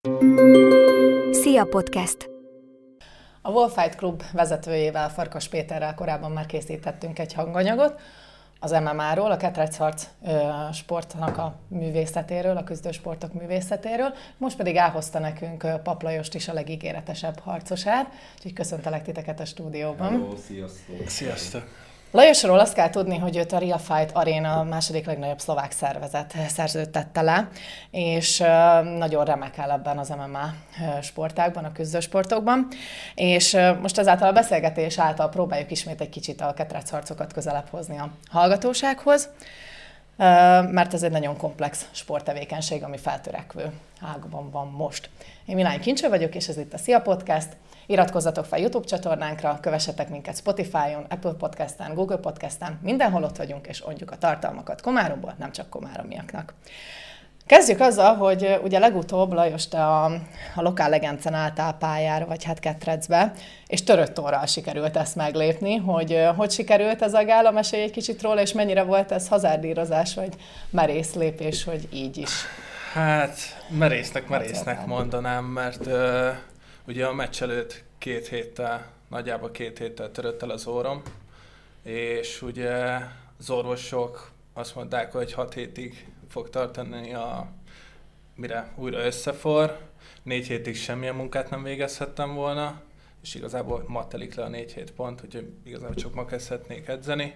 Szia Podcast! A Wolfight Klub vezetőjével, Farkas Péterrel korábban már készítettünk egy hanganyagot az MMA-ról, a ketrecharc sportnak a művészetéről, a küzdősportok művészetéről. Most pedig elhozta nekünk Pap Lajost is, a legígéretesebb harcosát. Úgyhogy köszöntelek titeket a stúdióban. Hello, sziasztok! Sziasztok! Lajosról azt kell tudni, hogy őt a Real Fight Arena, a második legnagyobb szlovák szervezet szerződtette le, és nagyon remekel ebben az MMA sportágban, a küzdősportokban. És most ezáltal a beszélgetés által próbáljuk ismét egy kicsit a ketrecharcokat közelebb hozni a hallgatósághoz, mert ez egy nagyon komplex sporttevékenység, ami feltörekvő ágban van most. Én Milányi Kincső vagyok, és ez itt a Szia Podcast. Iratkozzatok fel YouTube csatornánkra, kövessetek minket Spotify-on, Apple Podcast-en, Google Podcast-en, mindenhol ott vagyunk, és adjuk a tartalmakat Komáromból, nem csak komáromiaknak. Kezdjük azzal, hogy ugye legutóbb Lajos, te a Lokál Legencen álltál pályára, vagy hát ketrecbe, és törött orral sikerült ezt meglépni, hogy sikerült ez a gála, mesélj egy kicsit róla, és mennyire volt ez hazárdírozás, vagy merész lépés, hogy így is. Hát merésznek mondanám, mert ugye a meccs előtt nagyjából két héttel törött el az orrom, és ugye az orvosok azt mondták, hogy 6 hétig fog tartani, mire újra összefor. 4 hétig semmilyen munkát nem végezhettem volna, és igazából ma telik le a 4 hét pont, úgyhogy igazából csak ma kezdhetnék edzeni.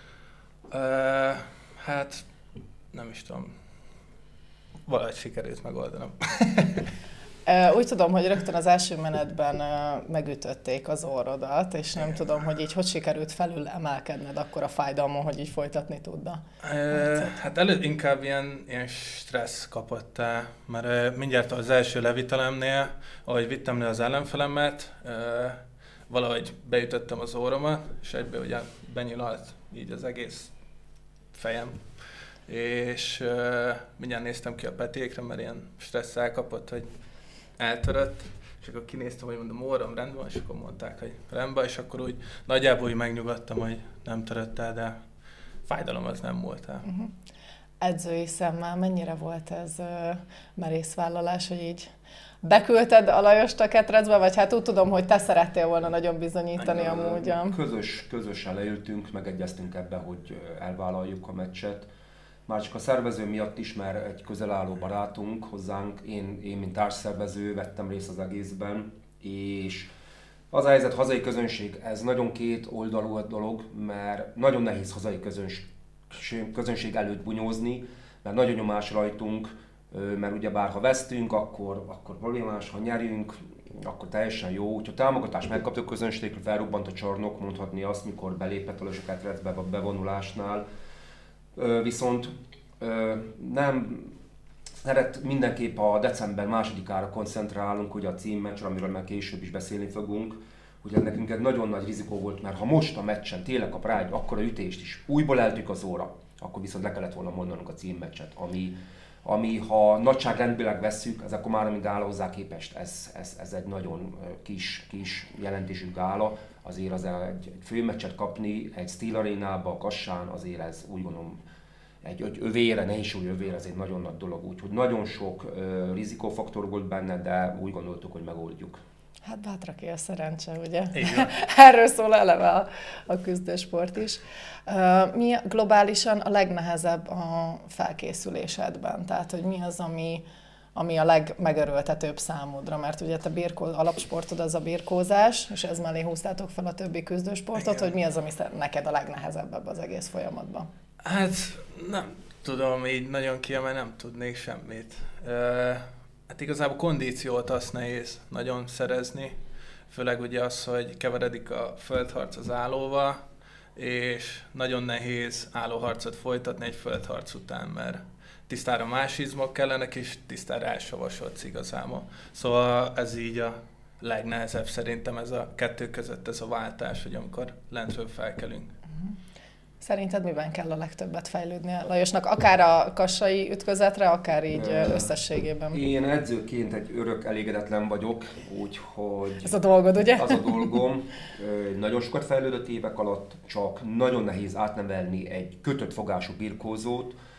Hát nem is tudom, valahogy sikerült megoldanom. Úgy tudom, hogy rögtön az első menetben megütötték az orrodat, és nem tudom, hogy így hogy sikerült felül emelkedned akkor a fájdalmon, hogy így folytatni tudna. Hát előtt inkább ilyen stressz kapott el, mert mindjárt az első levitelemnél, ahogy vittem le az ellenfelemet, valahogy beütöttem az orromat, és egyben ugye benyilalt így az egész fejem. És mindjárt néztem ki a petékre, mert ilyen stressz elkapott, hogy eltörött, és akkor kinéztem, hogy mondom, orrom rendben, és akkor mondták, hogy rendben, és akkor úgy nagyjából úgy megnyugodtam, hogy nem törött el, de fájdalom az nem volt el. Edzői szemmel mennyire volt ez merész vállalás, hogy így beküldted a Lajost a ketrecbe, vagy hát úgy tudom, hogy te szerettél volna nagyon bizonyítani amúgy. Közösen leültünk, megegyeztünk ebben, hogy elvállaljuk a meccset. Már csak a szervező miatt is, mert egy közel álló barátunk hozzánk, én mint társszervező vettem részt az egészben, és az a helyzet, hazai közönség, ez nagyon két oldalú dolog, mert nagyon nehéz hazai közönség előtt bunyózni, mert nagyon nyomás rajtunk, mert ugyebár ha vesztünk, akkor problémás, ha nyerünk, akkor teljesen jó. Úgyhogy a támogatást megkaptuk a közönségtől, felrobbant a csarnok, mondhatni azt, mikor belépett a ketrecbe a bevonulásnál. Viszont nem mindenképp a december 2-ára koncentrálunk, ugye a címmeccsre, amiről már később is beszélni fogunk. Ugye nekünk egy nagyon nagy rizikó volt, mert ha most a meccsen tényleg kap rá egy akkora ütést is, újból eltűnik az óra, akkor viszont le kellett volna mondanunk a címmeccset, ami ha nagyságrendileg vesszük, ez akkor már gála hozzá képest, ez egy nagyon kis jelentésű gála. Azért az egy főmeccset kapni egy Steel Arénába, a Kassán, azért ez úgy gondolom, egy övére, nehézsúly övére, ez egy nagyon nagy dolog. Úgyhogy nagyon sok rizikófaktor volt benne, de úgy gondoltuk, hogy megoldjuk. Hát bátraké a szerencse, ugye? Erről szól eleve a küzdősport is. Mi globálisan a legnehezebb a felkészülésedben? Tehát, hogy mi az, ami a legmegörültetőbb számodra? Mert ugye te alapsportod az a birkózás, és ez mellé húztátok fel a többi küzdősportot, igen. Hogy mi az, ami neked a legnehezebb az egész folyamatban? Hát nem tudom így nagyon kiemelni, nem tudnék semmit. Hát igazából kondíciót azt nehéz nagyon szerezni, főleg ugye az, hogy keveredik a földharc az állóval, és nagyon nehéz állóharcot folytatni egy földharc után, mert tisztára más izmok kellenek, és tisztára elsavasodsz igazából. Szóval ez így a legnehezebb szerintem, ez a kettő között ez a váltás, hogy amikor lentről felkelünk. Szerinted miben kell a legtöbbet fejlődnie Lajosnak? Akár a kassai ütközetre, akár így összességében? Én edzőként egy örök elégedetlen vagyok, úgyhogy... Ez a dolgod, ugye? Az a dolgom. Nagyon sokat fejlődött évek alatt, csak nagyon nehéz átnevelni egy kötött fogású birkózót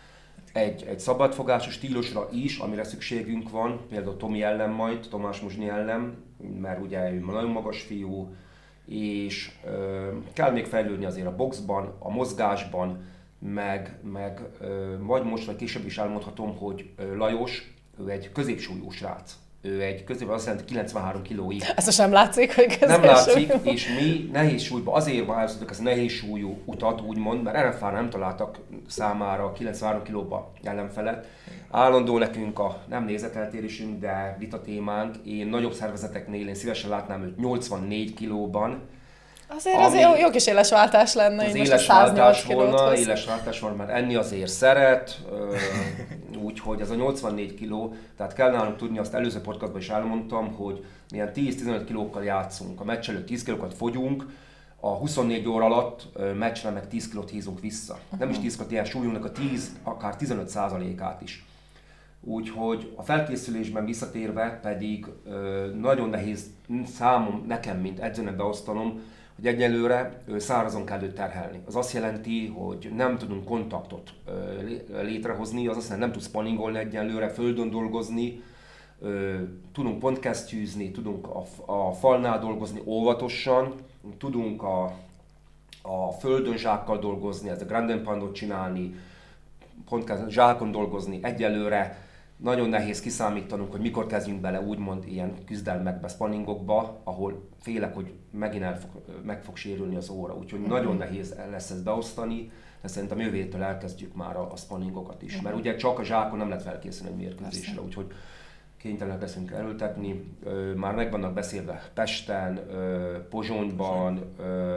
egy szabadfogású stílusra is, amire szükségünk van, például Tomi ellen majd, Tomás Muzsnyi ellen, mert ugye ő nagyon magas fiú, és kell még fejlődni azért a boxban, a mozgásban, meg vagy most vagy később is elmondhatom, hogy Lajos, ő egy középsúlyú srác. Ő egy azt jelenti 93 kilóig. Ezt sem látszik, hogy középsúlyú. Nem látszik, és mi nehéz súlyban, azért választottuk ezt a nehéz súlyú utat, úgymond, mert RFA nem találtak számára 93 kilóba ellenfelet. Állandó nekünk a nem nézeteltérésünk, de vita témánk. Én nagyobb szervezeteknél szívesen látnám őt 84 kilóban. Azért jó kis éles váltás lenne, az így most éles a 108 váltás kilót volna, hoz. éles váltás van, mert enni azért szeret, úgyhogy ez a 84 kiló, tehát kell nálunk tudni, azt előző podcastban is elmondtam, hogy milyen 10-15 kilókkal játszunk, a meccs előtt 10 kilókat fogyunk, a 24 óra alatt meccsre meg 10 kilót hízunk vissza. Nem is 10 kilót, ilyen súlyunknak a 10, akár 15%-át is. Úgyhogy a felkészülésben visszatérve pedig nagyon nehéz nekem, mint edzőnek beosztanom, hogy egyelőre szárazon kell őt terhelni. Az azt jelenti, hogy nem tudunk kontaktot létrehozni, az azt jelenti, nem tudsz spanningolni egyelőre, földön dolgozni, tudunk pontkesztyűzni, tudunk a falnál dolgozni óvatosan, tudunk a földön zsákkal dolgozni, ezt a grand and poundot csinálni, zsákon dolgozni egyelőre. Nagyon nehéz kiszámítanunk, hogy mikor kezdjünk bele úgymond ilyen küzdelmekbe, spanningokba, ahol félek, hogy megint meg fog sérülni az óra. Úgyhogy nagyon nehéz lesz ezt beosztani, de szerintem jövőtől elkezdjük már a spannинgokat is. Mert ugye csak a zsákon nem lehet felkészülni egy mérkőzésre, úgyhogy kénytelenek leszünk erőltetni. Már meg vannak beszélve Pesten, Pozsonyban,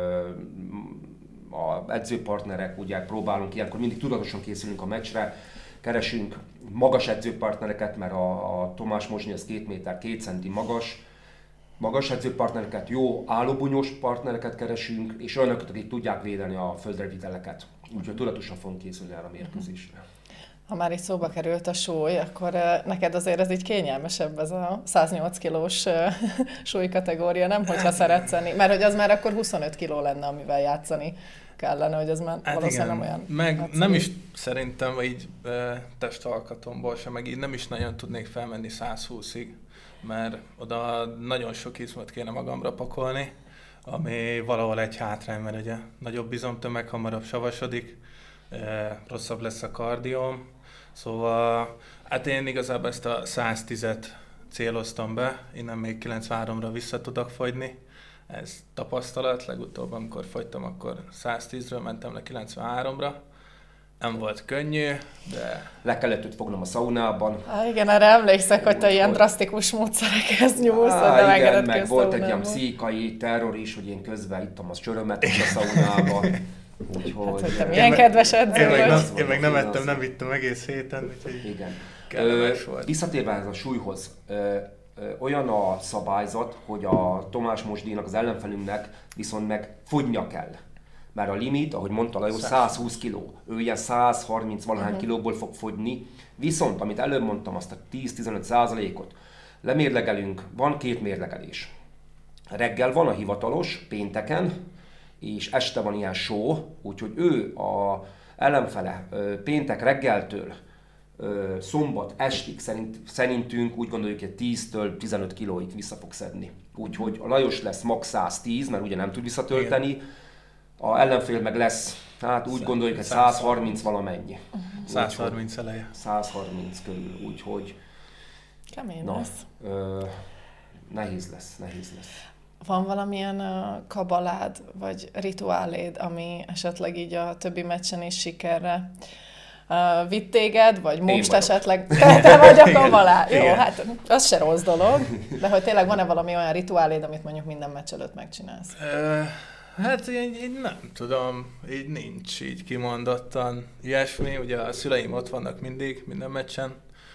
a edzőpartnerek, ugye próbálunk ilyenkor, mindig tudatosan készülünk a meccsre, keresünk magas edzőpartnereket, mert a Tomás Muzsnyi az 2 méter 2 centi magas edzőpartnereket, jó állóbunyós partnereket keresünk, és olyanokat, akik tudják védeni a földre viteleket. Úgyhogy tudatosan fogunk készülni erre a mérkőzésre. Ha már itt szóba került a súly, akkor neked azért ez így kényelmesebb, ez a 108 kilós súlykategória, nem? Hogyha szeretsz enni. Mert hogy az már akkor 25 kiló lenne, amivel játszani kellene, hogy ez már valószínűleg nem olyan. Meg nem is szerintem így testalkatomból sem, meg így nem is nagyon tudnék felmenni 120-ig, mert oda nagyon sok izmot kéne magamra pakolni, ami valahol egy hátrány, mert ugye nagyobb izomtömeg, hamarabb savasodik, rosszabb lesz a kardióm. Szóval hát én igazából ezt a 110-et céloztam be, innen még 93-ra vissza tudok fogyni. Ez tapasztalat, legutóbb amikor fogytam, akkor 110-ről mentem le 93-ra. Nem volt könnyű, de... Le kellett őt fognom a szaunában. Igen, erre emlékszek, hogy te ilyen drasztikus módszerekhez nyúlsz, de megengedett ki a volt egy ilyen pszichikai terror is, hogy én közben ittam az csörömet is a szaunába. Úgyhogy... Hát, te milyen kedves edző vagy. Én meg nem ettem, nem vittem egész héten, úgyhogy igen. kellemes volt. Visszatérve ez a súlyhoz, olyan a szabályzat, hogy a Tomás Muzsnyinak, az ellenfelünknek viszont meg fogynia kell. Mert a limit, ahogy mondta Lajos, 120 kg. Ő ilyen 130 valahány kilóból fog fogyni. Viszont, amit előbb mondtam, azt a 10-15%-ot lemérlegelünk, van 2 mérlegelés. Reggel van a hivatalos, pénteken, és este van ilyen show, úgyhogy ő a ellenfele péntek reggeltől szombat estig szerintünk úgy gondoljuk, hogy 10-től 15 kilóig vissza fog szedni. Úgyhogy a Lajos lesz max 110, mert ugye nem tud visszatölteni. Igen. A ellenfél meg lesz, hát úgy gondoljuk, hogy 130 valamennyi. 130 eleje. 130 körül, úgyhogy... Kemény lesz. Nehéz lesz. Van valamilyen kabalád, vagy rituáléd, ami esetleg így a többi meccsen is sikerre vitt téged, vagy most esetleg te vagy a kabalád? Jó, hát az se rossz dolog, de hogy tényleg van-e valami olyan rituáléd, amit mondjuk minden meccs előtt megcsinálsz? Hát így nem tudom, így nincs így kimondottan ilyesmi. Ugye a szüleim ott vannak mindig, minden meccsen.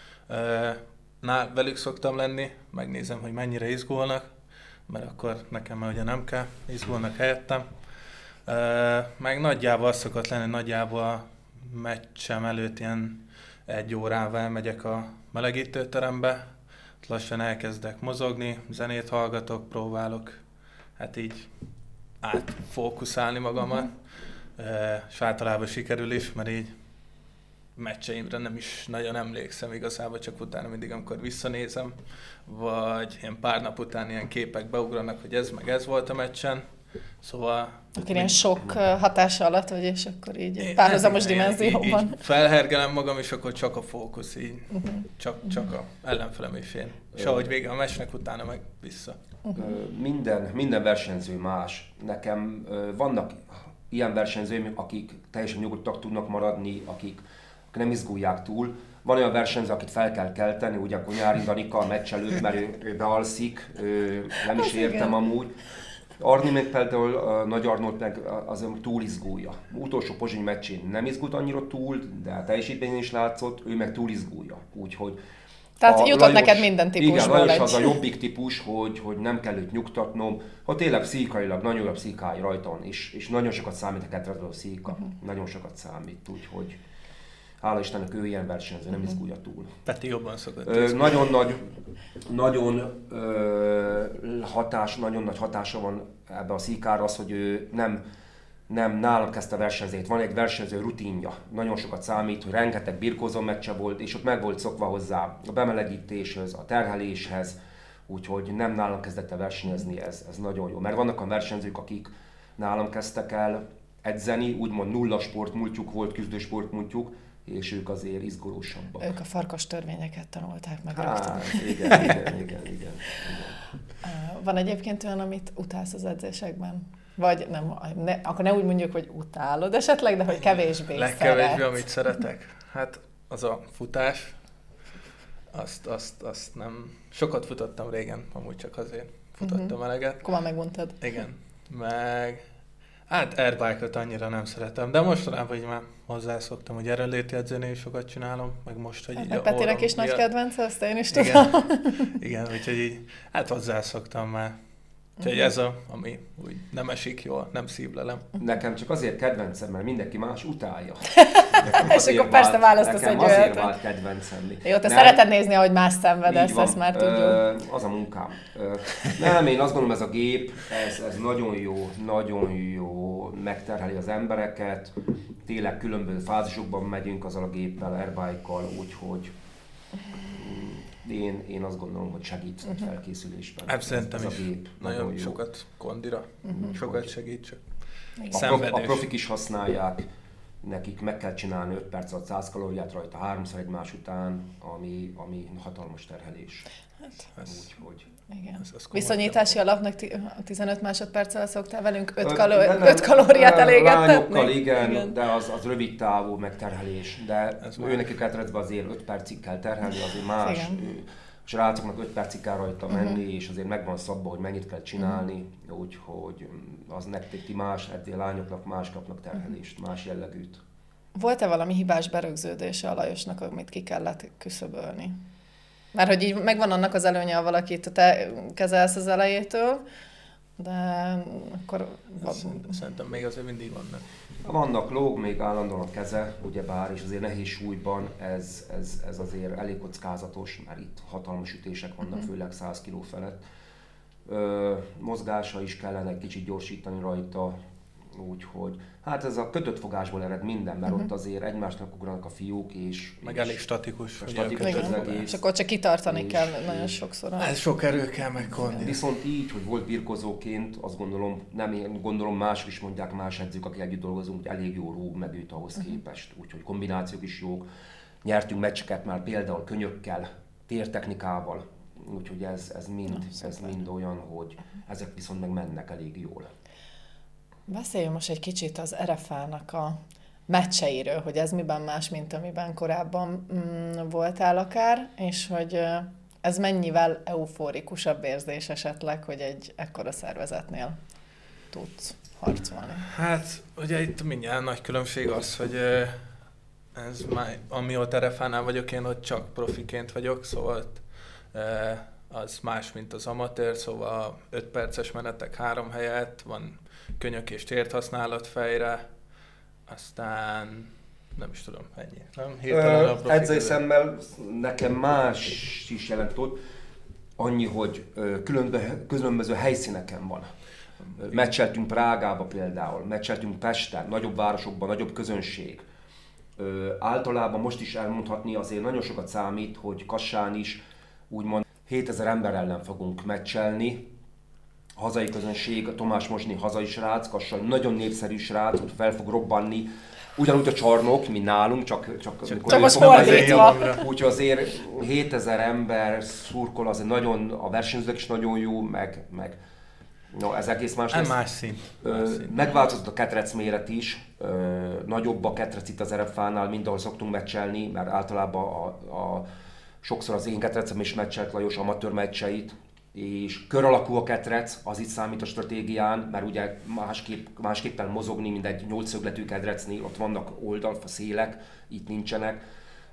Velük szoktam lenni, megnézem, hogy mennyire izgulnak, mert akkor nekem már ugye nem kell, izgulnak helyettem. Meg nagyjából az szokott lenni, nagyjából a meccsem előtt ilyen 1 órával elmegyek a melegítőterembe, ott lassan elkezdek mozogni, zenét hallgatok, próbálok hát így átfókuszálni magamat, és általában sikerül is, mert így meccseimre nem is nagyon emlékszem igazából, csak utána mindig, amikor visszanézem, vagy ilyen pár nap után ilyen képek beugranak, hogy ez meg ez volt a meccsen. Szóval... Akkor ilyen sok hatása alatt vagy, és akkor így párhuzamos dimenzióban. Így felhergelem magam, és akkor csak a fókusz, így csak a ellenfelem és én. És ahogy vége a meccsnek, utána meg vissza. Minden versenyző más. Nekem vannak ilyen versenyzőim, akik teljesen nyugodtak tudnak maradni, akik nem izgulják túl. Van olyan versenyző, akit fel kell kelteni, ugye akkor Nyári Danika a meccs előtt, mert ő bealszik, nem is értem amúgy. Arni meg például, Nagy Arnold meg az túl izgulja. Utolsó Pozsony meccsén nem izgult annyira túl, de a teljesítményén is látszott, ő meg túl izgulja. Úgyhogy tehát jutott neked minden típusból. Igen, Lajos az a jobbik típus, hogy nem kell őt nyugtatnom. Ha tényleg pszichailag, nagyon jó a pszichái rajta van, és nagyon sokat számít a ketrecből a pszicha. Nagyon sokat számít, úgyhogy hála Istennek ő ilyen versenyző, nem izgulja túl. Peti jobban szokott. Nagyon nagy hatása van ebbe a szíkára az, hogy ő nem nálam kezdte a versenyzést. Van egy versenyző rutinja. Nagyon sokat számít, hogy rengeteg birkózó meccse volt, és ott meg volt szokva hozzá a bemelegítéshez, a terheléshez, úgyhogy nem nálam kezdett el versenyezni, ez nagyon jó. Mert vannak a versenyzők, akik nálam kezdtek el edzeni, úgymond nulla sportmúltjuk volt, küzdősportmúltjuk, és ők azért izgulósabbak. Ők a farkas törvényeket tanulták meg. Igen. Van egyébként olyan, amit utálsz az edzésekben? Vagy nem, akkor ne úgy mondjuk, hogy utálod esetleg, de hogy kevésbé legkevésbé, amit szeretek. Hát az a futás, azt nem... Sokat futottam régen, amúgy csak azért futottam eleget. Akkor már megmondtad. Igen, meg... Hát airbike-ot annyira nem szeretem, de mostanában így már hozzászoktam, hogy erőnléti edzőnél is sokat csinálom, meg most, hogy így a Petinek is nagy kedvence, azt én is tudom. Igen, úgyhogy így, hát hozzászoktam már. Úgyhogy ez ami úgy nem esik jól, nem szívlelem. Nekem csak azért kedvencem, mert mindenki más utálja. És akkor persze választasz egy olyat. Azért vált kedvencem. Jó, te szereted nézni, ahogy más szenvedesz, ezt már tudjuk. Az a munkám. Nem, én azt gondolom, ez a gép, ez nagyon jó, megterheli az embereket. Tényleg különböző fázisokban megyünk azzal a géppel, airbike-kal, úgyhogy én azt gondolom, hogy segít a felkészülésben. Hát szerintem ez is. A gép nagyon sokat kondira, sokat segít, csak a profik is használják, nekik meg kell csinálni 5 perc alatt 100 kalóriát rajta 3-szor egymás után, ami hatalmas terhelés. Hát, úgyhogy... Igen. Viszonyítási alapnak 15 másodperccel szoktál velünk 5 kalóriát elégettetni? Lányokkal igen, de az rövid távú megterhelés. De őnekik ketrecben azért 5 percig kell terhelni, azért más. A srácoknak 5 percig kell rajta menni, és azért megvan szabva, hogy mennyit kell csinálni, úgyhogy az nektek ti más, a lányoknak más kapnak terhelést, más jellegűt. Volt-e valami hibás berögződése a Lajosnak, amit ki kellett küszöbölni? Mert hogy így megvan annak az előnye, ha valakit te kezelsz az elejétől, de akkor... Szerintem még azért mindig vannak. Vannak, lóg még állandóan a keze, ugyebár, és azért nehéz súlyban ez azért elég kockázatos, mert itt hatalmas ütések vannak, főleg 100 kg felett. Mozgása is kellene egy kicsit gyorsítani rajta, úgyhogy hát ez a kötött fogásból ered minden, mert ott azért egymásnak ugranak a fiúk, és... Meg elég statikus. Statikus az egész. És akkor csak kitartani kell nagyon sokszor. Ez sok erő kell megkonni. Viszont így, hogy volt birkozóként, azt gondolom, nem én gondolom, mások is mondják, más edzők, akik együtt dolgozunk, hogy elég jó rúg meg őt ahhoz képest. Úgyhogy kombinációk is jók. Nyertünk meccseket már például könyökkel, tértechnikával. Úgyhogy ez mind olyan, hogy ezek viszont meg mennek elég jól. Beszéljünk most egy kicsit az RFA-nak a meccseiről, hogy ez miben más, mint amiben korábban voltál akár, és hogy ez mennyivel eufórikusabb érzés esetleg, hogy egy ekkora szervezetnél tudsz harcolni. Hát ugye itt mindjárt nagy különbség az, hogy ez már, amióta RFA-nál vagyok, én ott csak profiként vagyok, szóval az más, mint az amatőr, szóval 5 perces menetek 3 helyett, van könyök és tért használat fejre, aztán nem is tudom, ennyi. Nem? Hirtelen a profi edzői szemmel nekem más is jelent ott, annyi, hogy különböző helyszíneken van. Meccseltünk Prágába például, meccseltünk Pesten, nagyobb városokban, nagyobb közönség. Általában most is elmondhatni azért nagyon sokat számít, hogy Kassán is úgymond 7000 ember ellen fogunk meccselni. A hazai közönség, a Tomás Mosni hazai srác, Kassa nagyon népszerű srác, hogy fel fog robbanni. Ugyanúgy a Csarnok, mint nálunk, csak most fordítva. Úgyhogy azért 7000 ember szurkol, azért nagyon, a versenyzők is nagyon jó, meg no, ez egész más lesz. Más szint. Megváltozott a ketrec méret is, nagyobb a ketrec itt az RFA-nál, mint ahol szoktunk meccselni, mert általában sokszor az én ketrecem is meccselt Lajos amatőr meccseit, és kör alakú a ketrec, az itt számít a stratégián, mert ugye másképpen mozogni, mint egy 8-szögletű ketrecnél, ott vannak oldalfa szélek, itt nincsenek.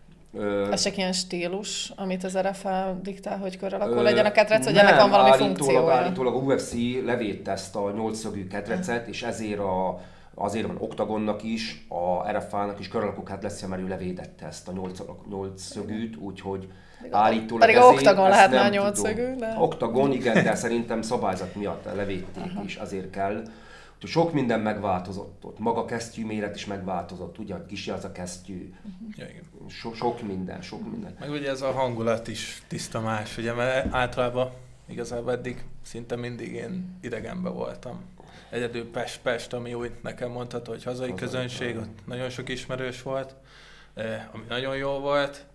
Ez csak ilyen stílus, amit az RFA diktál, hogy kör alakú legyen a ketrec, hogy ennek van valami funkciója? Állítólag a UFC levédte ezt a 8-szögű ketrecet, és azért van oktagonnak is, a RFA-nak is kör alakú ketrec, mert ő levédette ezt a 8-szögűt, úgyhogy állítólag pedig a oktagon lehetne a 8-szögű, de... Oktagon, igen, de szerintem szabályzat miatt levédték, és azért kell. Úgyhogy sok minden megváltozott ott. Maga kesztyű méret is megváltozott, ugye kis az a kesztyű. Ja, igen. Sok minden. Meg ugye ez a hangulat is tiszta más, ugye, mert általában igazából eddig szinte mindig én idegenben voltam. Egyedül Pest, ami úgy nekem mondható, hogy hazai közönség, ott nagyon sok ismerős volt, ami nagyon jó volt,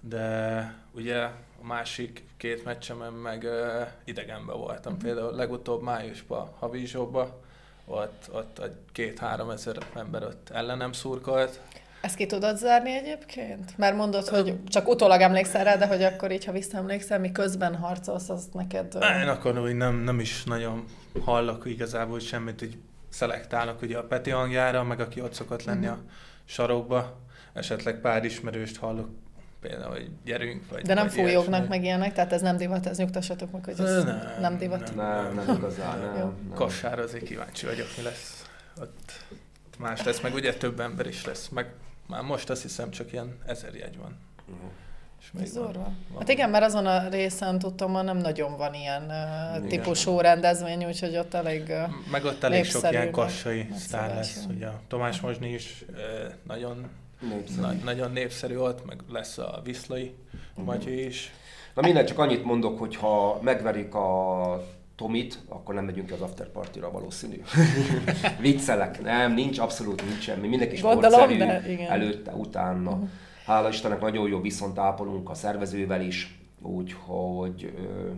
de ugye a másik 2 meccsemen meg idegenben voltam. Például legutóbb májusban, Havízsóban, ott 2-3 ezer ember ott ellenem szurkolt. Ezt ki tudod zárni egyébként? Mert mondod, hogy csak utólag emlékszel rá, de hogy akkor így, ha visszaemlékszel, mi közben harcolsz, az neked... Én akkor úgy nem is nagyon hallok igazából semmit, hogy szelektálnak ugye a Peti hangjára, meg aki ott szokott lenni a sarokba. Esetleg pár ismerőst hallok, például, hogy gyerünk, vagy... De nem vagy fújógnak ilyesmi. meg ilyenek, tehát ez nem divat, ez nyugtassatok meg, hogy ez nem divat. Nem igazán, nem. Kassára azért kíváncsi vagyok, mi lesz. Ott más lesz, meg ugye több ember is lesz, meg már most azt hiszem csak ilyen 1000 jegy van. Ez durva. Hát igen, mert azon a részen tudtam, hogy nem nagyon van ilyen típusú rendezvény, úgyhogy ott elég meg ott elég sok ilyen kassai sztár lesz. Ugye a Tomás Mosni is nagyon népszerű ott, meg lesz a Viszlai Matyi is. Na mindegy, csak annyit mondok, hogy ha megverik a Tomit, akkor nem megyünk ki az afterpartyra valószínű. Viccelek, abszolút nincs semmi. Mindenki sportszerű előtte, utána. Hála Istennek nagyon jó viszont ápolunk a szervezővel is, úgyhogy...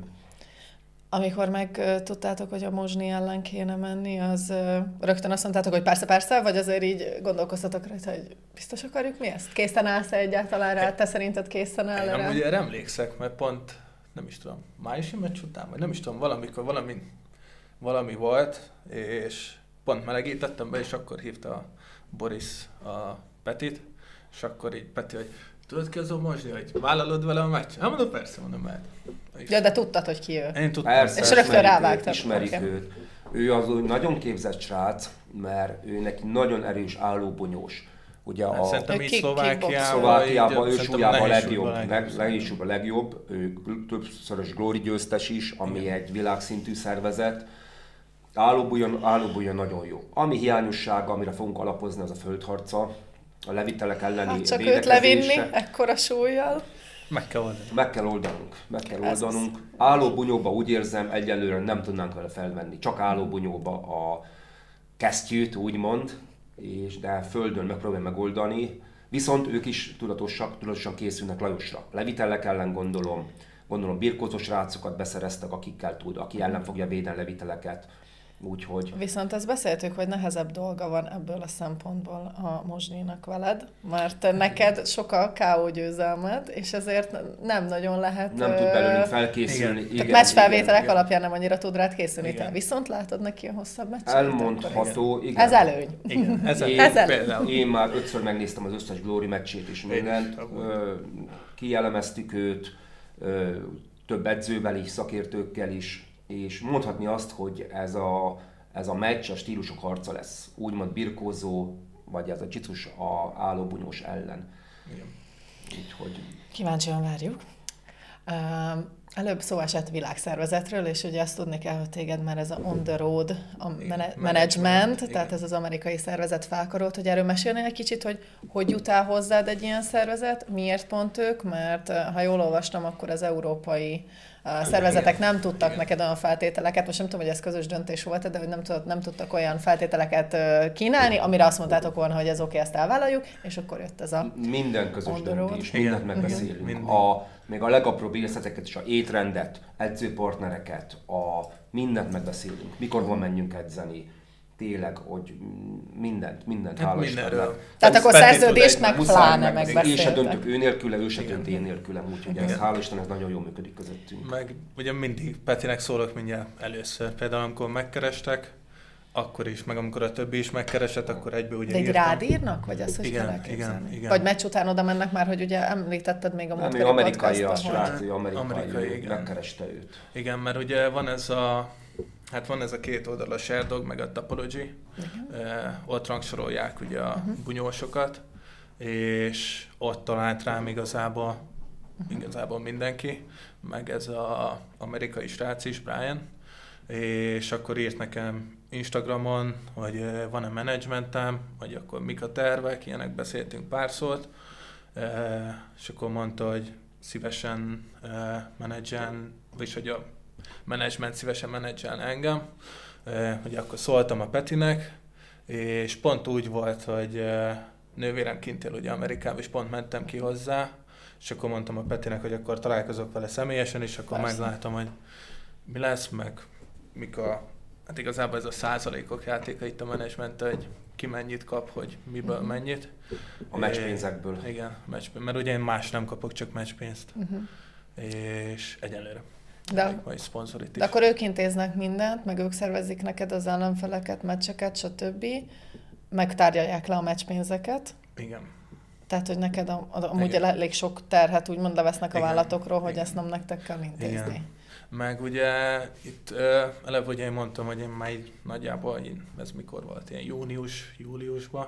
Amikor megtudtátok, hogy a Mosni ellen kéne menni, az rögtön azt mondtátok, hogy persze, vagy azért így gondolkoztatok rajta, hogy biztos akarjuk mi ezt? Készen állsz egyáltalán rá? Te szerinted készen áll rá? Én ugye emlékszek, mert pont, nem is tudom, májusi meccs után, vagy nem is tudom, valamikor valami volt, és pont melegítettem be, és akkor hívta a Boris a Petit, és akkor így Peti, hogy tudod ki az a Mosni, hogy vállalod vele a meccs? Hát mondom, persze, mondom, mert... Ja, de tudtad, hogy ki ő. Én tudtam. Persze, és rögtön rávágtam. Ismerik őt. Ő az úgy nagyon képzett srác, mert ő neki nagyon erős állóbonyós. Ugye szerintem így Szlovákiában ő súlyában a legjobb, a legjobb. Ő többszörös Glory győztes is, ami egy világszintű szervezet. Állóbújjon nagyon jó. Ami hiányossága, amire fogunk alapozni, az a földharca. A levitelek elleni csak őt levinni ekkora súlyjal. Meg kell oldanunk. Állóbunyóba úgy érzem, egyelőre nem tudnánk vele felvenni. Csak állóbunyóba a kesztyűt, úgymond, de földön megpróbálja megoldani. Viszont ők is tudatosan készülnek Lajosra. Levitelek ellen gondolom birkózós rácokat beszereztek, aki ellen fogja védeni leviteleket. Úgyhogy... Viszont ezt beszéltük, hogy nehezebb dolga van ebből a szempontból a Mosninak veled, mert neked sok a KO győzelmed, és ezért nem nagyon lehet... Nem tud belőlünk felkészülni. Igen. Tehát meccsfelvételek alapján nem annyira tud rád készülni. Te viszont látod neki a hosszabb meccset? Elmondható, igen. Ez előny. Igen, ez előny. Én már 5-ször megnéztem az összes Glory meccsét és mindent. Kielemeztük őt, több edzővel is, szakértőkkel is, és mondhatni azt, hogy ez a meccs a stílusok harca lesz. Úgymond birkózó, vagy ez a csicus a állóbunyós ellen. Igen. Úgyhogy... Kíváncsian várjuk. Előbb szó esett világszervezetről, és ugye azt tudni kell, hogy téged már ez a on the road management, Management, tehát ez az amerikai szervezet felkarolt, hogy erről mesélnél egy kicsit, hogy jut el hozzád egy ilyen szervezet, miért pont ők, mert ha jól olvastam, akkor az európai szervezetek nem tudtak neked olyan feltételeket, most nem tudom, hogy ez közös döntés volt, de hogy nem tudtak olyan feltételeket kínálni, amire azt mondtátok volna, hogy ez oké, ezt elvállaljuk, és akkor jött ez a minden közös döntés, mindent megbeszélünk. Még a legapróbb részleteket is, a étrendet, edzőpartnereket, mindent megbeszélünk. Mikor van menjünk edzeni, tényleg, hogy mindent hála Istennek. Tehát akkor szerződést meg pláne megbeszéltek. Én se döntök ő nélküle, ő se dönt én nélkülem, úgyhogy ez hála Istennek nagyon jól működik közöttünk. Meg ugye mindig Petinek szólok mindjárt először. Például amikor megkerestek, akkor is, meg amikor a többi is megkeresett, akkor egyből ugye írtam. De rád írnak, vagy azt, hogy kell elképzelni? Igen. Vagy meccs után oda mennek már, hogy ugye említetted még a múltkori podcastban. Amerikai a srác, amerikai megkereste őt. Igen, mert ugye van ez a két oldal, a Sherdog, meg a Topology. Ott rangsorolják ugye a bunyósokat, és ott talált rám igazából mindenki, meg ez az amerikai srác is, Brian, és akkor írt nekem Instagramon, hogy van-e menedzsmentem, vagy akkor mik a tervek, ilyenek beszéltünk pár szót, és akkor mondta, hogy szívesen menedzseln, vagyis hogy a menedzsment szívesen menedzseln engem, hogy akkor szóltam a Petinek, és pont úgy volt, hogy nővérem kint él ugye Amerikában, és pont mentem ki hozzá, és akkor mondtam a Petinek, hogy akkor találkozok vele személyesen, és akkor meglátom, hogy mi lesz, meg hát igazából ez a százalékok játéka itt a menedzsment, hogy ki mennyit kap, hogy miből mennyit. A meccspénzekből. Igen, mert ugye én más nem kapok, csak meccspénzt. És egyenlőre. De akkor ők intéznek mindent, meg ők szervezik neked az ellenfeleket, meccseket, stb. Megtárgyalják le a meccspénzeket. Igen. Tehát, hogy neked amúgy elég sok terhet úgymond levesznek a vállalatokról, hogy ezt nem nektek kell intézni. Igen. Meg ugye itt eleve ugye én mondtam, hogy én már így nagyjából, ez mikor volt, ilyen júliusban,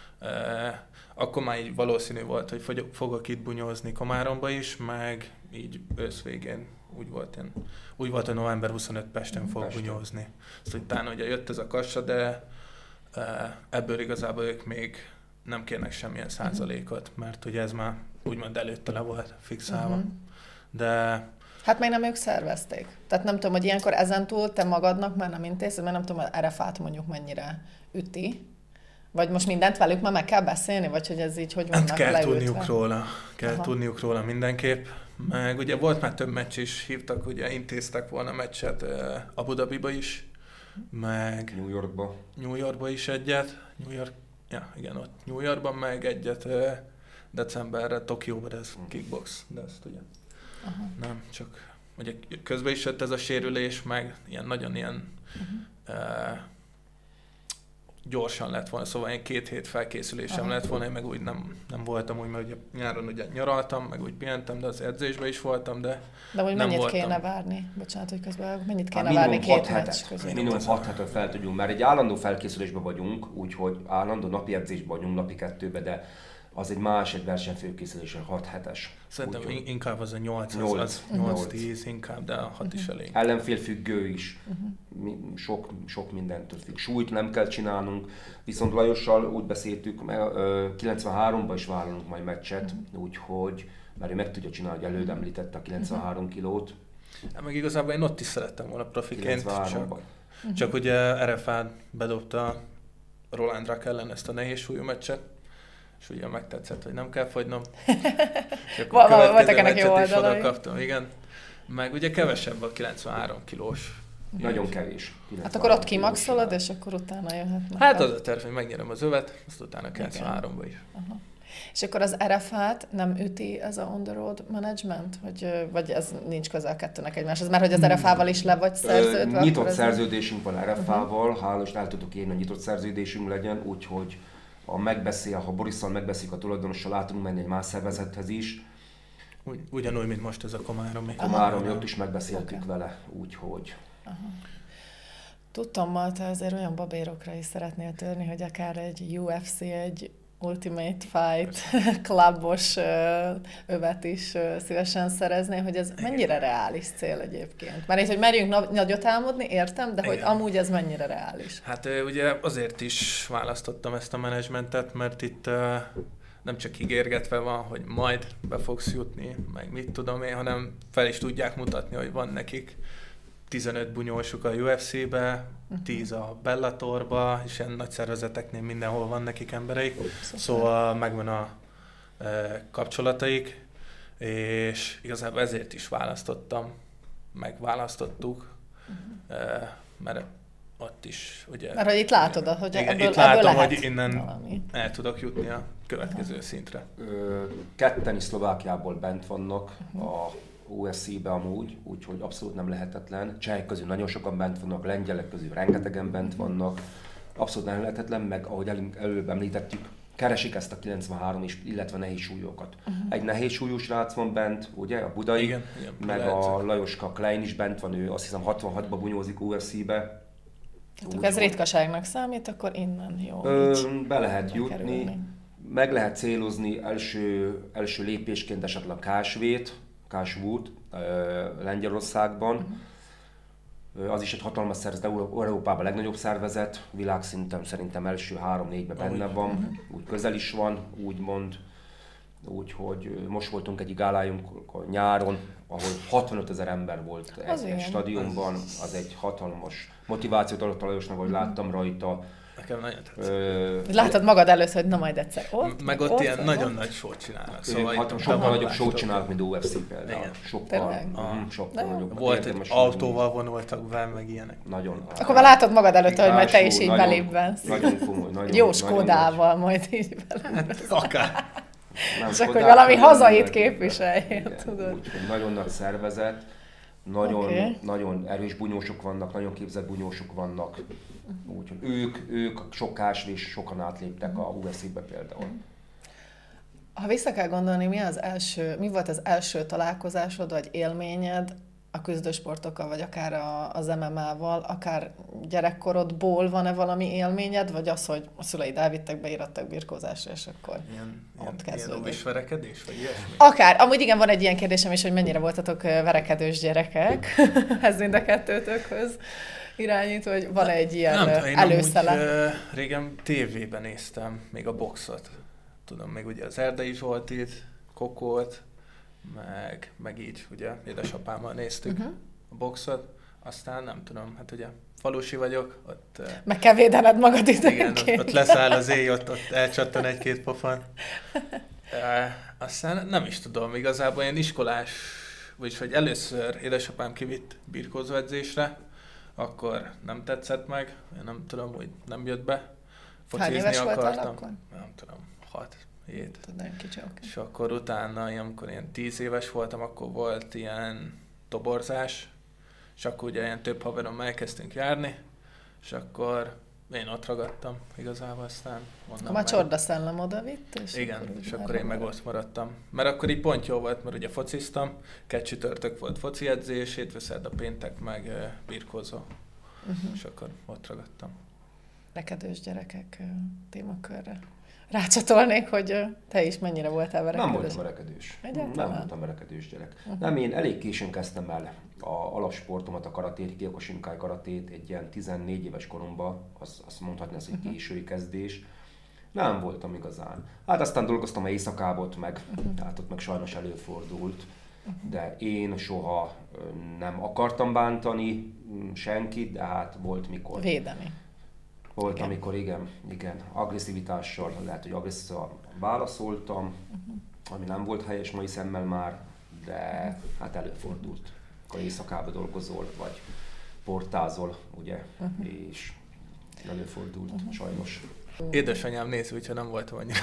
akkor már így valószínű volt, hogy fogok itt bunyózni Komáromba is, meg így ősz végén úgy volt, hogy november 25 Pesten fogok bunyózni. Azt utána ugye jött ez a kassa, de ebből igazából ők még nem kérnek semmilyen százalékot, mert ugye ez már úgymond előtte le volt fixálva. De hát még nem ők szervezték. Tehát nem tudom, hogy ilyenkor ezentúl te magadnak már nem intézed, mert nem tudom, hogy RFA-t mondjuk mennyire üti. Vagy most mindent velük már meg kell beszélni, vagy hogy ez így hogy vannak leültve? Kell tudniuk róla mindenképp. Meg ugye volt már több meccs is, hívtak, ugye intéztek volna meccset Abu Dhabiba is, meg New Yorkba is egyet. Ott New Yorkban meg egyet decemberre, Tokióban, de ez kickbox, de ezt ugye nem, csak ugye közben is jött ez a sérülés, meg nagyon gyorsan lett volna, szóval én 2 hét felkészülésem lett volna, én meg úgy nem voltam úgy, mert ugye nyáron ugye nyaraltam, meg úgy pihentem, de az edzésben is voltam, de hogy nem mennyit voltam. Kéne várni? Bocsánat, hogy közben mennyit kéne várni 2 meccs között? Minimum 6 hetet fel tudjunk, mert egy állandó felkészülésben vagyunk, úgyhogy állandó napi edzésben vagyunk, napi 2-ben, de az egy versenyfőkészülésen 6 hetes. Szerintem inkább az a 8-10 inkább, de a 6 is elég. Ellenfél függő is. Sok mindentől függ. Súlyt nem kell csinálnunk, viszont Lajossal úgy beszéltük, mert 93-ban is vállalunk majd meccset, úgyhogy, mert ő meg tudja csinálni, hogy előd említette a 93 kilót. Meg igazából én ott is szerettem volna profiként, csak ugye RFA bedobta Roland Rak ellen ezt a nehéz súlyú meccset, és ugye megtetszett, hogy nem kell fogynom. És akkor következő meccset is oda kaptam, igen. Meg ugye kevesebb a 93 kilós. Nagyon kevés. Hát akkor ott kimaxolod, és akkor utána jöhetnek. Hát az a terv, hogy megnyerem az övet, azt utána 93-ba is. És akkor az RFA-t nem üti ez a on the road management? Vagy ez nincs közel kettőnek egymáshoz? Mert hogy az RFA-val is le vagy szerződve? Nyitott szerződésünk van RFA-val, hála és el tudok érni, hogy nyitott szerződésünk legyen, úgyhogy ha Borisszal megbeszéljük a tulajdonossal, át tudunk menni egy más szervezethez is. Ugyanúgy, mint most ez a Komáromi. Ott is megbeszéltük vele, úgyhogy. Tudtam, te azért olyan babérokra is szeretnél törni, hogy akár egy UFC, egy Ultimate Fight klubos övet is szívesen szereznél, hogy ez mennyire reális cél egyébként? Mert hogy merjünk nagyot álmodni, értem, de hogy amúgy ez mennyire reális? Hát ugye azért is választottam ezt a menedzsmentet, mert itt nem csak ígérgetve van, hogy majd be fogsz jutni, meg mit tudom én, hanem fel is tudják mutatni, hogy van nekik 15 bunyósuk a UFC-be, 10 a Bellatorba, és ilyen nagy szervezeteknél mindenhol van nekik embereik. Szóval megvan a kapcsolataik, és igazából ezért is megválasztottuk, mert ott is, ugye... Mert hogy itt látod, hogy igen, ebből itt látom, lehet hogy innen valami. el tudok jutni a következő szintre. Ketten is Szlovákiából bent vannak a UFC-be amúgy, úgyhogy abszolút nem lehetetlen. Csehek közül nagyon sokan bent vannak, lengyelek közül rengetegen bent vannak. Abszolút nem lehetetlen, meg ahogy előbb említettük, keresik ezt a 93 is, illetve nehéz súlyokat. Egy nehéz súlyú srác van bent, ugye, a budai, Igen, meg a Lajoska Klein is bent van, ő azt hiszem 66-ba bunyózik UFC-be. Hát, ez ritkaságnak számít, akkor innen jó. Be lehet jutni, meg lehet célozni első lépésként esetleg Kásvút Lengyelországban. Az is egy hatalmas szervezet, Európában a legnagyobb szervezet, világszinten szerintem első 3-4-ben benne van, úgy közel is van, úgymond. Úgyhogy most voltunk egy gálájunk nyáron, ahol 65 000 ember volt egy stadionban, az egy hatalmas motivációt adott a Lajosnak, hogy láttam rajta. Nekem nagyon tetszett. Látod magad előtt, hogy na majd egyszer ott. Meg ott ilyen nagyon nagy sót csinálnak. Szóval sokkal nagyobb sót csinálnak, mint UFC például. Sokkal nagyobb. Volt, hogy autóval vonultak be, meg ilyenek. Nagyon. Akkor már látod magad előtt, hogy majd te is így belépbensz. Nagyon komoly, nagyon. Jó Skodával majd így belépbensz. Akár. Csak hogy valami hazait képviseljél, tudod. Úgyhogy nagyon nagy szervezet, nagyon erős bunyósok vannak, nagyon képzett bunyósok vannak. Úgyhogy ők sok kásvés, sokan átléptek a UFC-be például. Ha vissza kell gondolni, mi volt az első találkozásod, vagy élményed a küzdősportokkal, vagy akár az MMA-val, akár gyerekkorodból van-e valami élményed, vagy az, hogy a szüleid elvittek, beírattak birkózásra, és akkor ott kezdődik. Ilyen verekedés, vagy ilyesmi? Akár. Amúgy igen, van egy ilyen kérdésem is, hogy mennyire voltatok verekedős gyerekek. Ez mind a kettőtökhöz irányít, hogy van egy ilyen előszele. Amúgy, régen tévében néztem még a boxot. Tudom, még ugye az Erdei Zsoltit, Kokót, meg így, ugye, édesapámmal néztük a boxot. Aztán nem tudom, hát ugye falusi vagyok, ott... Meg kell védened magad időnként. Igen, ott leszáll az éj, ott elcsattan egy-két pofon. Aztán nem is tudom, igazából ilyen iskolás, vagyis hogy először édesapám kivitt birkózóedzésre, akkor nem tetszett meg, én nem tudom, hogy nem jött be. Hány éves voltál akkor? Nem tudom, 6-7. Nagyon kicsi, oké. És akkor utána, amikor ilyen 10 éves voltam, akkor volt ilyen toborzás, és akkor ugye ilyen több haverommal elkezdtünk járni, és akkor én ott ragadtam igazából, aztán akkor már csordaszellem oda vitt, és igen, és akkor én meg ott maradtam. Mert akkor így pont jó volt, mert ugye fociztam, csütörtök volt foci edzés, hétfő-szerda péntek meg birkózó, és akkor ott ragadtam. Verekedős gyerekek témakörre. Rácsatolnék, hogy te is mennyire voltál verekedős? Nem voltam verekedős. Egyáltalán? Nem voltam verekedős gyerek. Nem, én elég későn kezdtem el a alapsportomat, a karatét, Kyokushinkai karatét, egy ilyen 14 éves koromban, azt mondhatni, ez egy késői kezdés. Nem voltam igazán. Hát aztán dolgoztam a éjszakábot, meg hát ott meg sajnos előfordult, de én soha nem akartam bántani senkit, de hát volt mikor. Védeni. Volt, igen. Amikor igen, agresszivitással, lehet, hogy agresszivitással válaszoltam, ami nem volt helyes mai szemmel már, de hát előfordult. Akkor éjszakába dolgozol, vagy portázol, ugye, és előfordult, sajnos. Édesanyám néz, úgyhogy nem voltam annyira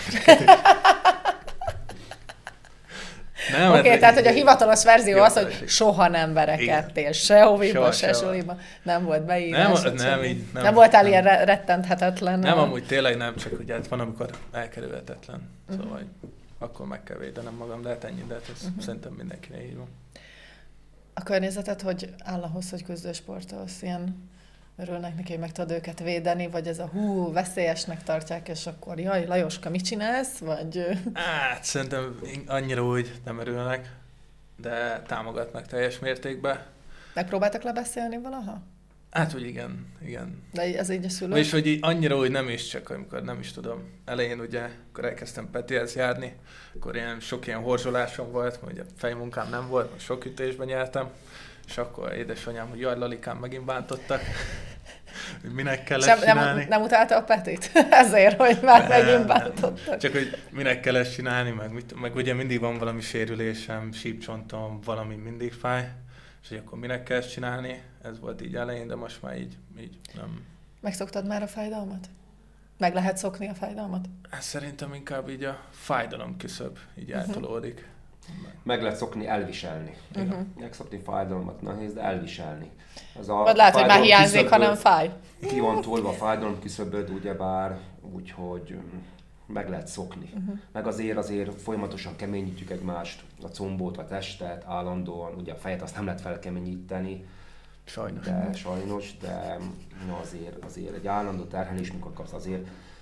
Oké, tehát, hogy a hivatalos verzió az, hogy soha nem verekedtél, se hoviba, se soliba, nem volt beírás. Nem voltál ilyen rettenthetetlen. Nem, amúgy tényleg nem, csak ugye hát van, amikor elkerülhetetlen. Szóval akkor meg kell védenem magam, de hát ennyi, de hát ez szerintem mindenkinek így van. A környezeted hogy áll ahhoz, hogy küzdősportolsz? Ilyen örülnek neki, hogy meg tudod őket védeni, vagy ez a veszélyesnek tartják, és akkor jaj, Lajoska, mit csinálsz? Vagy... Hát szerintem annyira úgy nem örülnek, de támogatnak teljes mértékben. Megpróbáltak lebeszélni valaha? Hát, hogy igen. De ez így a szülő? És hogy így annyira úgy nem is, csak amikor nem is tudom. Elején ugye, akkor elkezdtem Petihez járni, akkor sok ilyen horzsolásom volt, mert ugye fejmunkám nem volt, sok ütésben nyertem, és akkor édesanyám, hogy jaj, Lalikám, megint bántottak, hogy minek kellett csinálni. Nem utálta a Petit? Ezért, hogy már megint bántottak. Csak hogy minek kellett csinálni, meg ugye mindig van valami sérülésem, sípcsontom, valami mindig fáj, és hogy akkor minek kell csinálni, ez volt így elején, de most már így nem. Megszoktad már a fájdalmat? Meg lehet szokni a fájdalmat? Hát szerintem inkább így a fájdalom küszöb így eltolódik. Meg lehet szokni elviselni. Megszokni fájdalmat nehéz, de elviselni. Vagy lehet, hogy már hiányzik, ha nem fáj. Ki van tolva a fájdalom küszöböd, ugyebár, úgyhogy meg lehet szokni. Meg azért folyamatosan keményítjük egymást, a combot, a testet állandóan, ugye a fejet azt nem lehet felkeményíteni. Sajnos, de azért egy állandó terhelés, mikor kapsz, azért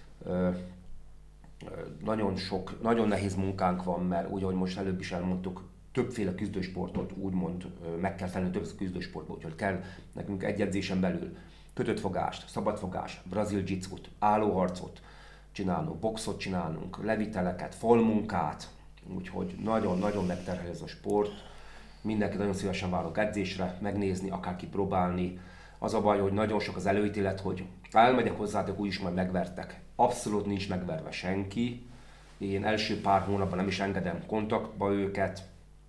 nagyon nehéz munkánk van, mert úgy, ahogy most előbb is elmondtuk, többféle küzdősportot úgymond meg kell felelni több küzdősportból, úgyhogy kell nekünk egy edzésen belül kötött fogást, szabadfogást, brazil jiu-jitsu-t, állóharcot csinálnunk, boxot csinálnunk, leviteleket, fallmunkát, úgyhogy nagyon-nagyon megterhel ez a sport. Mindenki nagyon szívesen várok edzésre, megnézni, akár kipróbálni. Az a baj, hogy nagyon sok az előítélet, hogy elmegyek hozzátok, úgyis majd megvertek. Abszolút nincs megverve senki. Én első pár hónapban nem is engedem kontaktba őket,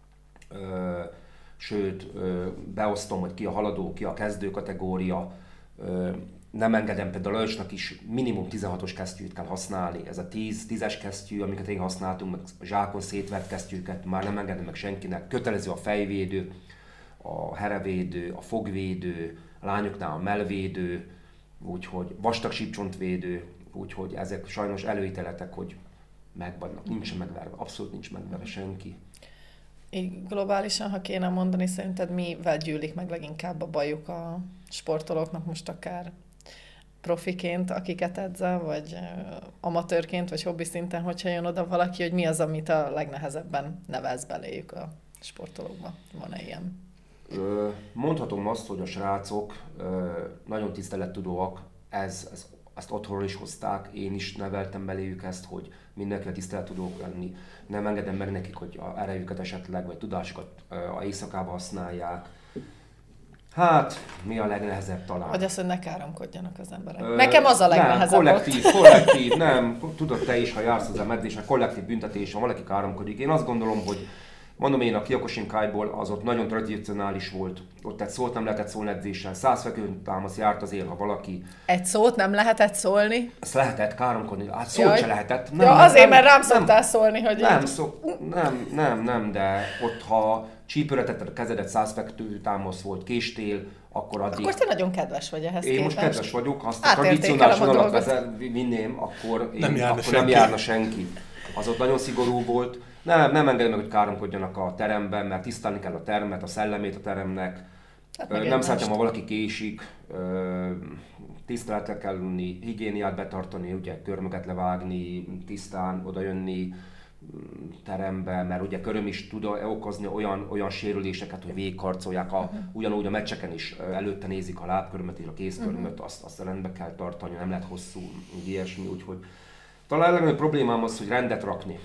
sőt, beosztom, hogy ki a haladó, ki a kezdő kategória. Nem engedem, például Lajosnak is minimum 16-os kesztyűt kell használni. Ez a 10-es kesztyű, amiket én használtunk, meg a zsákon szétvert kesztyűket már nem engedem meg senkinek. Kötelező a fejvédő, a herevédő, a fogvédő, a lányoknál a mellvédő, úgyhogy vastag sípcsontvédő, úgyhogy ezek sajnos előítéletek, hogy megvannak, nincsen megverve, abszolút nincs megverve senki. Így globálisan, ha kéne mondani, szerinted mivel gyűlik meg leginkább a bajuk a sportolóknak, most akár profiként, akiket edzel, vagy amatőrként, vagy hobbi szinten, hogyha jön oda valaki, hogy mi az, amit a legnehezebben nevelsz beléjük a sportolókba? Van-e ilyen? Mondhatom azt, hogy a srácok nagyon tisztelettudóak, ezt otthonról is hozták, én is neveltem beléjük ezt, hogy mindenkivel tisztelettudók lenni. Nem engedem meg nekik, hogy a erejüket esetleg, vagy tudásukat a éjszakába használják. Hát, mi a legnehezebb talán? Vagy azt, hogy ne káromkodjanak az emberek. Nekem az a legnehezebb. Nem, kollektív, nem. Tudod te is, ha jársz az edzésen, kollektív büntetés, ha valaki káromkodik. Én azt gondolom, hogy mondom én a Kyokushinkai-ból az ott nagyon tradicionális volt. Ott egy szót nem lehetett szólni edzésen. 100 fekvőtámasz járt azért, ha valaki... Egy szót nem lehetett szólni? Ezt lehetett káromkodni. Hát szót se lehetett. Nem, azért, mert rám szoktál szólni, hogy... Nem, de ott ha csípőre tetted a kezedet, 100 fekvőtámasz volt, késtél, akkor addig... Akkor te nagyon kedves vagy ehhez képest. Én most kedves vagyok, ha azt a tradicionális vonalat vinném, akkor nem járna senki. Az ott nagyon szigorú volt. Nem engedem meg, hogy káromkodjanak a teremben, mert tisztelni kell a termet, a szellemét a teremnek. Hát nem szeretem, ha valaki késik, tiszteletre kell ülni, higiéniát betartani, ugye körmöket levágni, tisztán odajönni terembe, mert ugye köröm is tud okozni olyan sérüléseket, hogy végigkarcolják, ugyanúgy a meccseken is előtte nézik a lábkörmöt és a kézkörmöt, azt rendbe kell tartani, nem lehet hosszú, ilyesmi, úgyhogy talán a legnagyobb problémám az, hogy rendet rakni,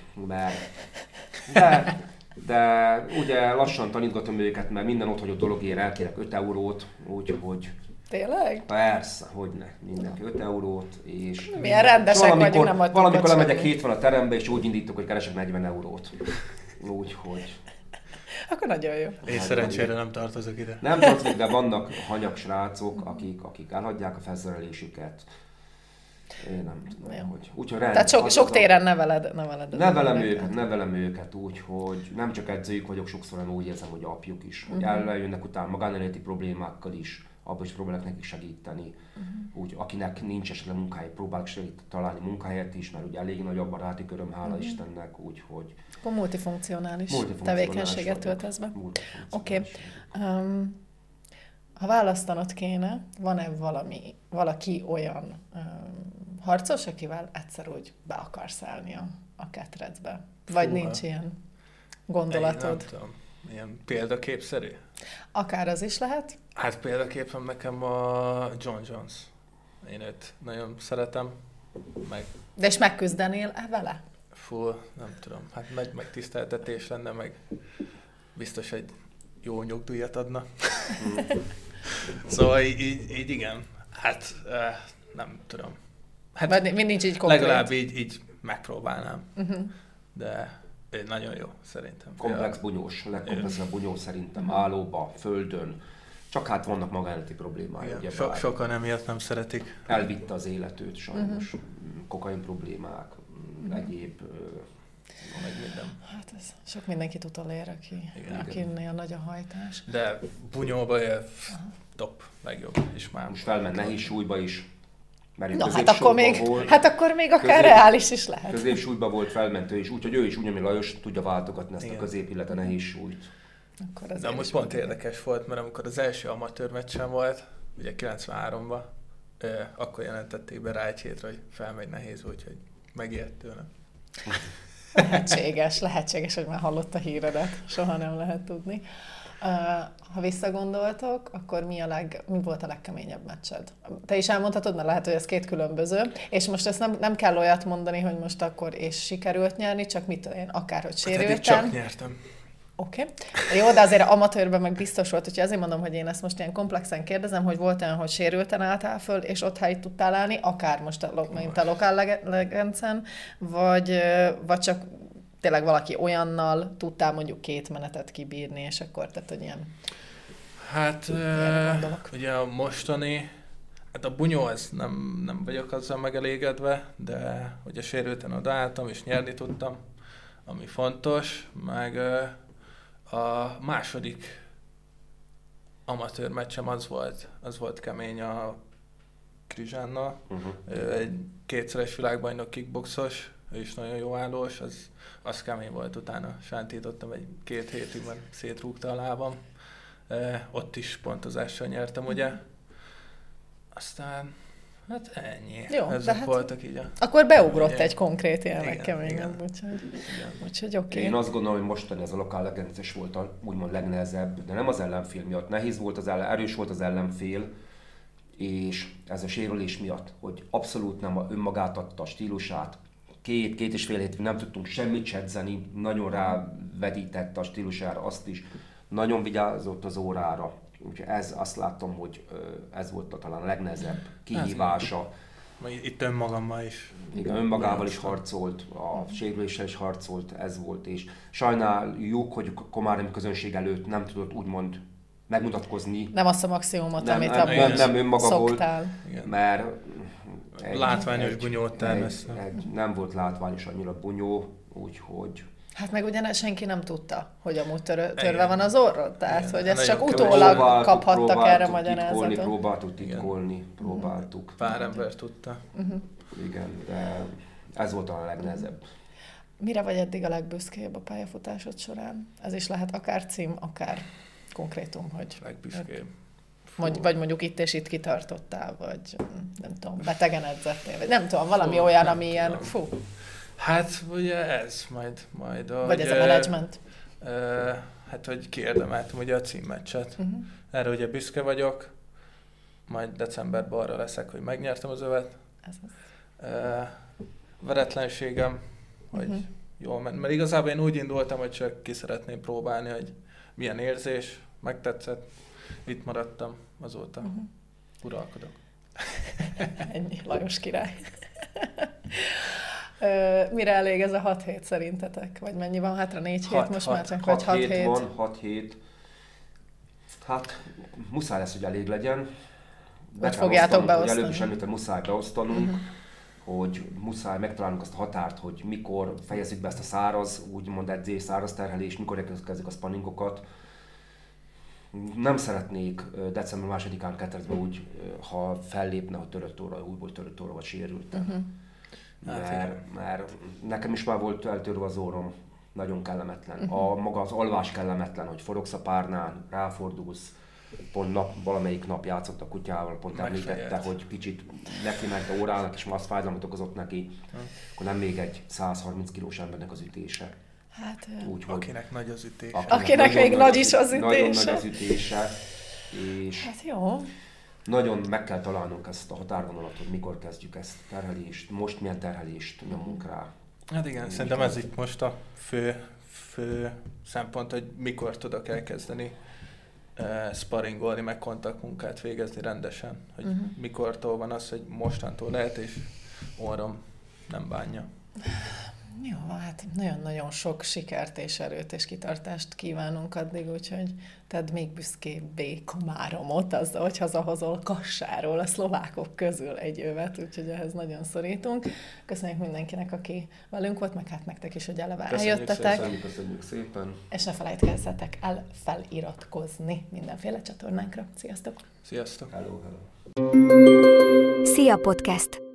de ugye lassan tanítgatom őket, mert minden otthagyott dologért elkérek 5 eurót, úgyhogy... Tényleg? Persze, hogyne, mindenki 5 eurót, és... Milyen rendesek vagyunk, nem adtuk. Valamikor lemegyek hétfőn a terembe, és úgy indítok, hogy keresek 40 eurót. Úgyhogy... Akkor nagyon jó. Én szerencsére nem tartozok ide. Nem tartozok, de vannak hanyag srácok, akik elhagyják a felszerelésüket. Én nem tudom, hogy... Úgyhogy tehát sok téren neveled. Nevelem őket úgy, hogy nem csak edzőjük vagyok, sokszor én úgy érzem, hogy apjuk is. Hogy eljönnek utána magánéleti problémákkal is, abban is próbálok nekik segíteni. Úgy, akinek nincs esetleg munkahely, próbálok találni munkahelyet is, mert ugye elég nagy a baráti köröm, hála Istennek, úgyhogy... Akkor multifunkcionális tevékenységet töltesz be. Oké. Ha választanod kéne, van-e valaki olyan harcos, akivel egyszer úgy be akarsz állni a ketrecbe? Vagy Fúha. nincs ilyen gondolatod? Nem tudom, ilyen példaképszerű? Akár az is lehet. Hát példaképpen nekem a John Jones. Én őt nagyon szeretem, meg De és megküzdenél-e vele? fú, nem tudom, hát nagy megtiszteltetés lenne, meg biztos egy jó nyugdíjat adna. Szóval így igen, hát nem tudom. Hát Vagy nincs így konkrét? legalább így megpróbálnám, de ő nagyon jó szerintem. Komplex bunyós, legkomplexebb bunyó szerintem, állóba, földön. Csak hát vannak magánéleti problémája. Igen, Ugye sokan emiatt nem szeretik. elvitte az életőt sajnos. Kokain problémák, egyéb, Meg minden. Hát ez sok mindenkit utolér, akinél nagy a hajtás. De bunyóba top, legjobb, és már. most felment nehéz súlyba is. Mert Na hát akkor még akár reális is lehet. Középsúlyba volt felmentő is, úgyhogy ő is úgy, mint Lajos tudja váltogatni ezt Igen. a közép, illetve nehéz súlyt. Akkor De amúgy pont érdekes volt, mert amikor az első amatőr meccsen volt, ugye 93-ban, akkor jelentették be rá egy hétre, hogy felmegy nehéz, úgyhogy megijedt tőlem. Lehetséges, hogy már hallott a híredet, soha nem lehet tudni. Ha visszagondoltok, akkor mi volt a legkeményebb meccsed? Te is elmondhatod, mert lehet, hogy ez két különböző, és most ezt nem kell olyat mondani, hogy most akkor és sikerült nyerni, csak mit tudom én, akárhogy sérültem. Csak nyertem. Oké. Jó, de azért amatőrben meg biztos volt, úgyhogy azért mondom, hogy én ezt most ilyen komplexen kérdezem, hogy volt olyan, hogy sérülten álltál föl, és ott helyt tudtál állni, akár most mint a lokál legencen, vagy csak tényleg valaki olyannal tudtál mondjuk 2 menetet kibírni, és akkor tehát, hogy ilyen... Hát ugye a mostani, hát a bunyó, ez nem vagyok azzal megelégedve, de ugye sérülten odaálltam, és nyerni tudtam, ami fontos, meg a második amatőr meccsem az volt kemény a Krizsánnal. Ő egy 2-szeres világbajnok kickboxos, ő is nagyon jó állós, az kemény volt utána. Sántítottam egy 2 hétig, mert szétrúgta a lábam. Ott is pontozással nyertem, ugye. Aztán, hát ennyi. Jó, ezek hát voltak így akkor beugrott ugye, egy konkrét ilyen igen, legkeményebb, úgyhogy oké. Én azt gondolom, hogy mostani ez a lokál legences volt a úgymond legnehezebb, de nem az ellenfél miatt. Nehéz volt erős volt az ellenfél, és ez a sérülés miatt, hogy abszolút nem önmagát adta, a stílusát. 2-2,5 hétig nem tudtunk semmit se edzeni, nagyon rávedítette a stílusára azt is, nagyon vigyázott az órára. Úgyhogy azt látom, hogy ez volt talán a legnehezebb kihívása. Itt önmagammal is. Igen, önmagával is harcolt, a sérüléssel is harcolt, ez volt, és sajnáljuk, hogy a komáromi közönség előtt nem tudott úgymond megmutatkozni. Nem azt a maximumot, amit nem önmaga szoktál. Volt, mert látványos bunyót termesztem. Nem volt látványos annyira bunyó, úgyhogy... Hát meg ugyan senki nem tudta, hogy amúgy törve van az orrod, tehát igen, hogy ezt csak utólag kaphattak erre magyarázatot. Próbáltuk. Pár ember tudta. Igen, de ez volt a legnehezebb. Mire vagy eddig a legbüszkébb a pályafutásod során? Ez is lehet akár cím, akár konkrétum, hogy... Legbüszkébb. Vagy mondjuk itt és itt kitartottál, vagy nem tudom, betegen edzettél, vagy nem tudom, valami olyan, ami ilyen, Hát ugye ez, majd vagy ez a menedzsment? Hát, hogy kiérdemeltem ugye a címmeccset. Erre ugye büszke vagyok, majd decemberben arra leszek, hogy megnyertem az övet. Veretlenségem, hogy jól ment. Mert igazából én úgy indultam, hogy csak ki szeretném próbálni, hogy milyen érzés, megtetszett. Itt maradtam, azóta uralkodok. Ennyi, Lajos király. Mire elég ez a 6 hét szerintetek? Vagy mennyi van hátra? 4 hét most már csak? Vagy 6 hét? Van, 6 hét. Hát muszáj lesz, hogy elég legyen. Hogy fogjátok beosztani? Előbb is említettem, muszáj beosztanunk, hogy muszáj megtalálnunk azt a határt, hogy mikor fejezzük be ezt a száraz, úgymond edzés, száraz terhelést, mikor kezdjük a spinningokat. Nem szeretnék december 2-án ketrecbe úgy, ha fellépne, hogy törött óra, újból törött óra, vagy sérültem. Mert nekem is már volt eltörve az orrom, nagyon kellemetlen. Maga az alvás kellemetlen, hogy forogsz a párnán, ráfordulsz, pont valamelyik nap játszott a kutyával, pont említette, hogy kicsit neki ment a órának, és azt fájdalmat okozott neki, akkor nem még egy 130 kilós embernek az ütése. Hát, akinek nagy az ütése. Akinek még nagy is az ütése. Nagyon nagy az ütése. És hát jó. nagyon meg kell találnunk ezt a határvonalat, hogy mikor kezdjük ezt a terhelést, most milyen terhelést nyomunk rá. Hát igen, szerintem ez itt most a fő szempont, hogy mikor tudok elkezdeni sparringolni, meg kontaktmunkát végezni rendesen. Hogy mikortól van az, hogy mostantól lehet, és orrom nem bánja. Jó, hát nagyon-nagyon sok sikert és erőt és kitartást kívánunk addig, úgyhogy tedd még büszkébbé Komáromot azzal, hogy hazahozol Kassáról a szlovákok közül egy övet, úgyhogy ehhez nagyon szorítunk. Köszönjük mindenkinek, aki velünk volt, meg hát nektek is, hogy eleve eljöttetek. Köszönjük szépen. És ne felejtkezzetek el feliratkozni mindenféle csatornánkra. Sziasztok! Sziasztok! Hello. Szia Podcast!